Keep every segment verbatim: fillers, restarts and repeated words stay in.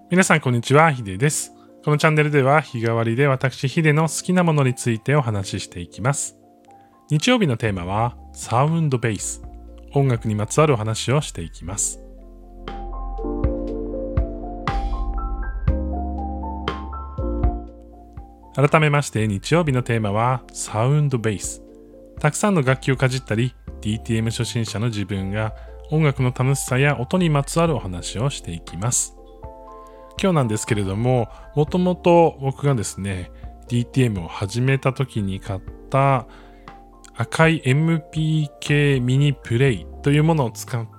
皆さんこんにちは、ヒデです。このチャンネルでは日替わりで私ヒデの好きなものについてお話ししていきます。日曜日のテーマはサウンドベース、音楽にまつわるお話をしていきます。改めまして日曜日のテーマはサウンドベース。たくさんの楽器をかじったり ディーティーエム 初心者の自分が音楽の楽しさや音にまつわるお話をしていきます。今日なんですけれども、もともと僕がですね ディーティーエム を始めた時に買った赤い エムピーケー ミニプレイというものを使って、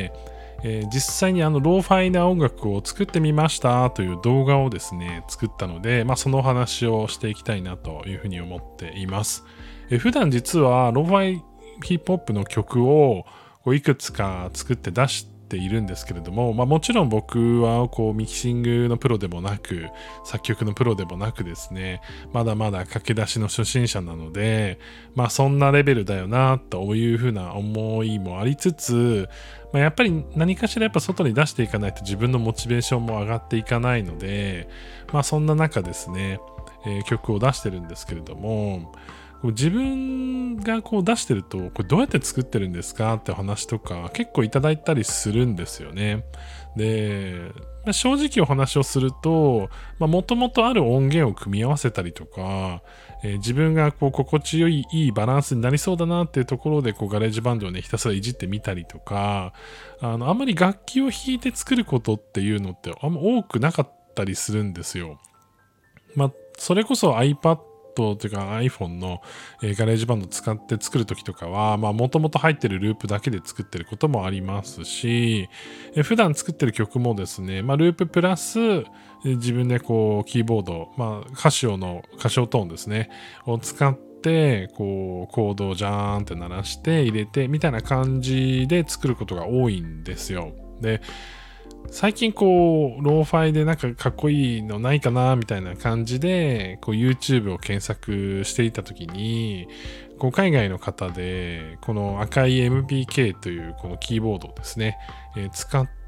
えー、実際にあのローファイな音楽を作ってみましたという動画をですね作ったので、まあ、そのお話をしていきたいなというふうに思っています。えー、普段実はローファイヒップホップの曲をこういくつか作って出しているんですけれども、まあ、もちろん僕はこうミキシングのプロでもなく作曲のプロでもなくですね、まだまだ駆け出しの初心者なので、まあそんなレベルだよなというふうな思いもありつつ、まあ、やっぱり何かしらやっぱ外に出していかないと自分のモチベーションも上がっていかないので、まあそんな中ですね、えー、曲を出してるんですけれども、自分がこう出してるとこれどうやって作ってるんですかって話とか結構いただいたりするんですよね。で、正直お話をするともともとある音源を組み合わせたりとか、えー、自分がこう心地よいいいバランスになりそうだなっていうところでこうガレージバンドをねひたすらいじってみたりとか、あのあんまり楽器を弾いて作ることっていうのってあんま多くなかったりするんですよ。まあそれこそ iPadというか iPhone の、えー、ガレージバンド使って作るときとかはもともと入ってるループだけで作ってることもありますし、えー、普段作ってる曲もですね、まあ、ループプラス、えー、自分でこうキーボード、まあ、カシオの歌唱トーンですねを使ってこうコードをジャーンって鳴らして入れてみたいな感じで作ることが多いんですよ。で最近こうローファイでなんかかっこいいのないかなみたいな感じでこう YouTube を検索していた時にこう海外の方でこの赤い エムピーケー というこのキーボードをですね、えー、使って、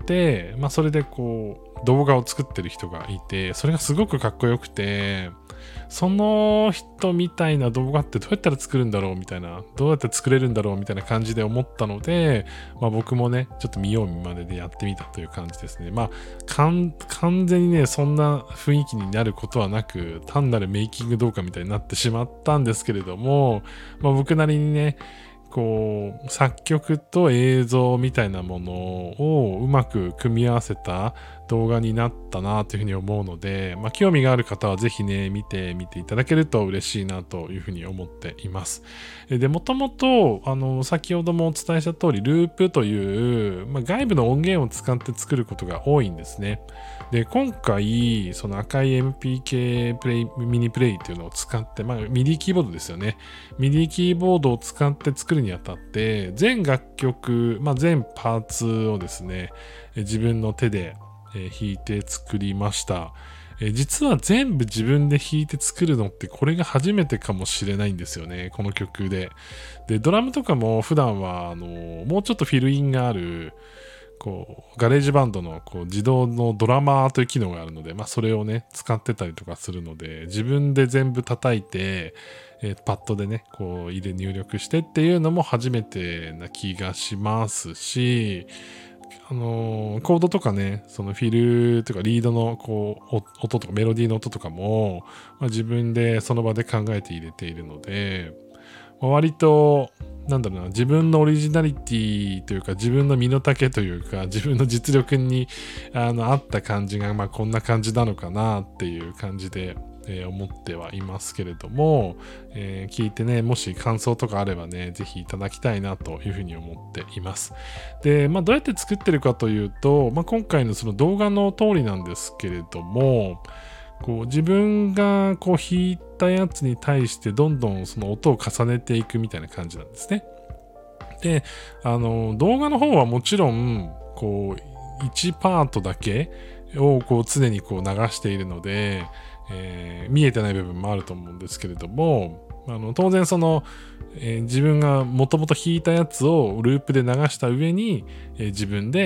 まあ、それでこう動画を作ってる人がいて、それがすごくかっこよくて、その人みたいな動画ってどうやったら作るんだろうみたいな、どうやって作れるんだろうみたいな感じで思ったので、まあ、僕もねちょっと見よう見まねでやってみたという感じですね。まあ完全にねそんな雰囲気になることはなく、単なるメイキング動画みたいになってしまったんですけれども、まあ、僕なりにねこう作曲と映像みたいなものをうまく組み合わせた動画になったなというふうに思うので、まあ、興味がある方はぜひね見てみていただけると嬉しいなというふうに思っています。で、もともとあの先ほどもお伝えした通りループという、まあ、外部の音源を使って作ることが多いんですね。で、今回その赤い エムピーケー プレイミニプレイっていうのを使って、まあ、ミディキーボードですよね。ミディキーボードを使って作るにあたって全楽曲、まあ、全パーツをですね自分の手で弾いて作りました。実は全部自分で弾いて作るのってこれが初めてかもしれないんですよね、この曲で。で、ドラムとかも普段はあのもうちょっとフィルインがあるこうガレージバンドのこう自動のドラマーという機能があるので、まあ、それをね使ってたりとかするので、自分で全部叩いて、えー、パッドでねこう入れ入力してっていうのも初めてな気がしますし、あのー、コードとかねそのフィルとかリードのこう音とかメロディーの音とかも、まあ、自分でその場で考えて入れているので、まあ、割となんだろうな、自分のオリジナリティというか自分の身の丈というか自分の実力にあの合った感じが、まあ、こんな感じなのかなっていう感じで、えー、思ってはいますけれども、えー、聞いてねもし感想とかあればねぜひいただきたいなというふうに思っています。で、まあ、どうやって作ってるかというと、まあ、今回のその動画の通りなんですけれども、こう自分がこう弾いたやつに対してどんどんその音を重ねていくみたいな感じなんですね。で、あの動画の方はもちろんこういちパートだけをこう常にこう流しているので、えー、見えてない部分もあると思うんですけれども、あの当然その、えー、自分がもともと弾いたやつをループで流した上に、えー、自分で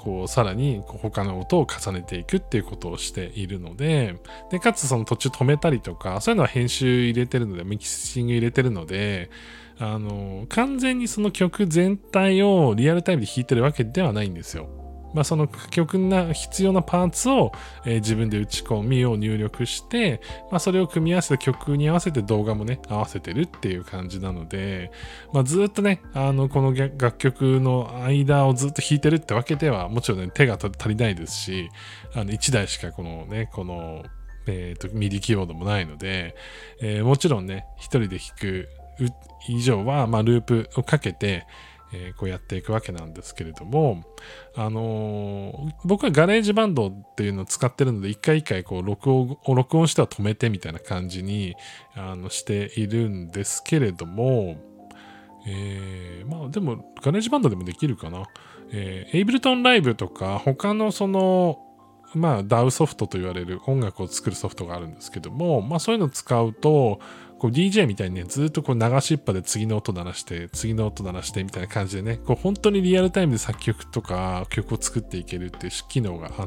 こうさらにこう他の音を重ねていくっていうことをしているので、でかつその途中止めたりとか、そういうのは編集入れてるので、ミキシング入れてるので、あの完全にその曲全体をリアルタイムで弾いてるわけではないんですよ。まあ、その曲が必要なパーツを、えー、自分で打ち込みを入力して、まあ、それを組み合わせた曲に合わせて動画もね合わせてるっていう感じなので、まあ、ずっとねあのこの楽曲の間をずっと弾いてるってわけではもちろんね手が足りないですし、あのいちだいしかこのねこの、えー、とミディキーボードもないので、えー、もちろんね一人で弾く以上は、まあ、ループをかけてえー、こうやっていくわけなんですけれども、あのー、僕はガレージバンドっていうのを使ってるので、一回一回こう録音を録音しては止めてみたいな感じにあのしているんですけれども、えー、まあでもガレージバンドでもできるかな。えー、Ableton Live とか他のそのまあ ダウ ソフトと言われる音楽を作るソフトがあるんですけども、まあそういうのを使うとこう ディージェー みたいにねずっとこう流しっぱで次の音鳴らして次の音鳴らしてみたいな感じでね、こう本当にリアルタイムで作曲とか曲を作っていけるっていう機能があって、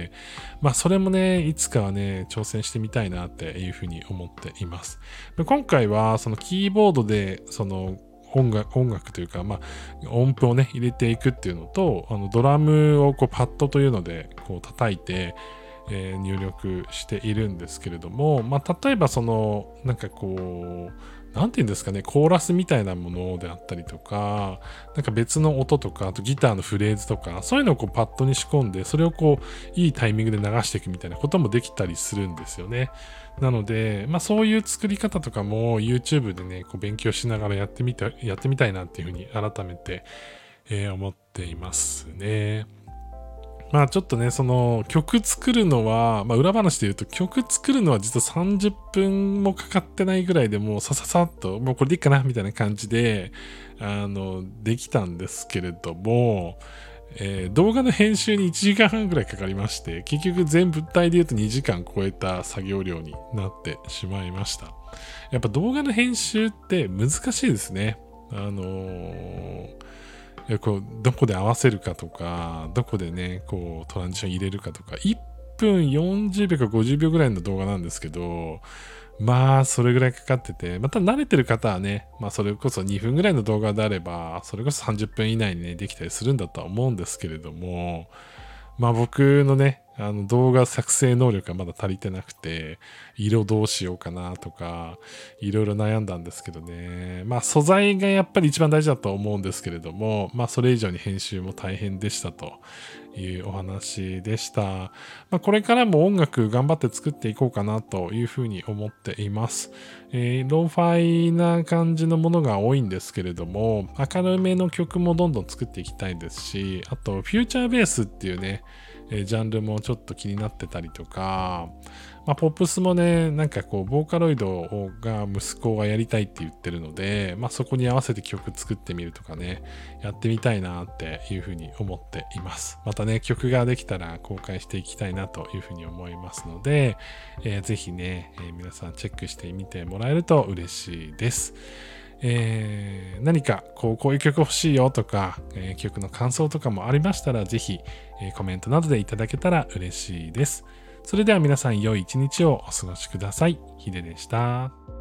まあそれもねいつかはね挑戦してみたいなっていうふうに思っています。今回はそのキーボードでその音楽、音楽というか、まあ、音符をね、入れていくっていうのと、あのドラムをこうパッドというので、こう叩いて、えー、入力しているんですけれども、まあ、例えばその、なんかこう、なんていうんですかね、コーラスみたいなものであったりとか、なんか別の音とか、あとギターのフレーズとか、そういうのをこうパッドに仕込んで、それをこう、いいタイミングで流していくみたいなこともできたりするんですよね。なので、まあそういう作り方とかも YouTube でね、こう勉強しながらやってみた、やってみたいなっていうふうに改めて、えー、思っていますね。まあちょっとね、その曲作るのは、まあ裏話で言うと曲作るのは実はさんじゅっぷんもかかってないぐらいでもうさささっと、もうこれでいいかなみたいな感じで、あの、できたんですけれども、えー、動画の編集にいちじかんはんぐらいかかりまして、結局全部体で言うとにじかん超えた作業量になってしまいました。やっぱ動画の編集って難しいですね。あのー、こうどこで合わせるかとか、どこでね、こうトランジション入れるかとか、いっぷんよんじゅうびょうかごじゅうびょうぐらいの動画なんですけど、まあ、それぐらいかかってて、また慣れてる方はね、まあ、それこそにふんぐらいの動画であれば、それこそさんじゅっぷん以内にね、できたりするんだとは思うんですけれども、まあ僕のね、あの動画作成能力がまだ足りてなくて、色どうしようかなとか、いろいろ悩んだんですけどね。まあ素材がやっぱり一番大事だと思うんですけれども、まあそれ以上に編集も大変でしたというお話でした。まあこれからも音楽頑張って作っていこうかなというふうに思っています。えー、ローファイな感じのものが多いんですけれども、明るめの曲もどんどん作っていきたいですし、あとフューチャーベースっていうね、えー、ジャンルもちょっと気になってたりとか、まあ、ポップスもね、なんかこう、ボーカロイドが息子がやりたいって言ってるので、まあそこに合わせて曲作ってみるとかね、やってみたいなっていうふうに思っています。またね、曲ができたら公開していきたいなというふうに思いますので、えー、ぜひね、えー、皆さんチェックしてみてもらえると嬉しいです。えー、何かこうこういう曲欲しいよとか、えー、曲の感想とかもありましたらぜひ、えー、コメントなどでいただけたら嬉しいです。それでは皆さん良い一日をお過ごしください。ヒデでした。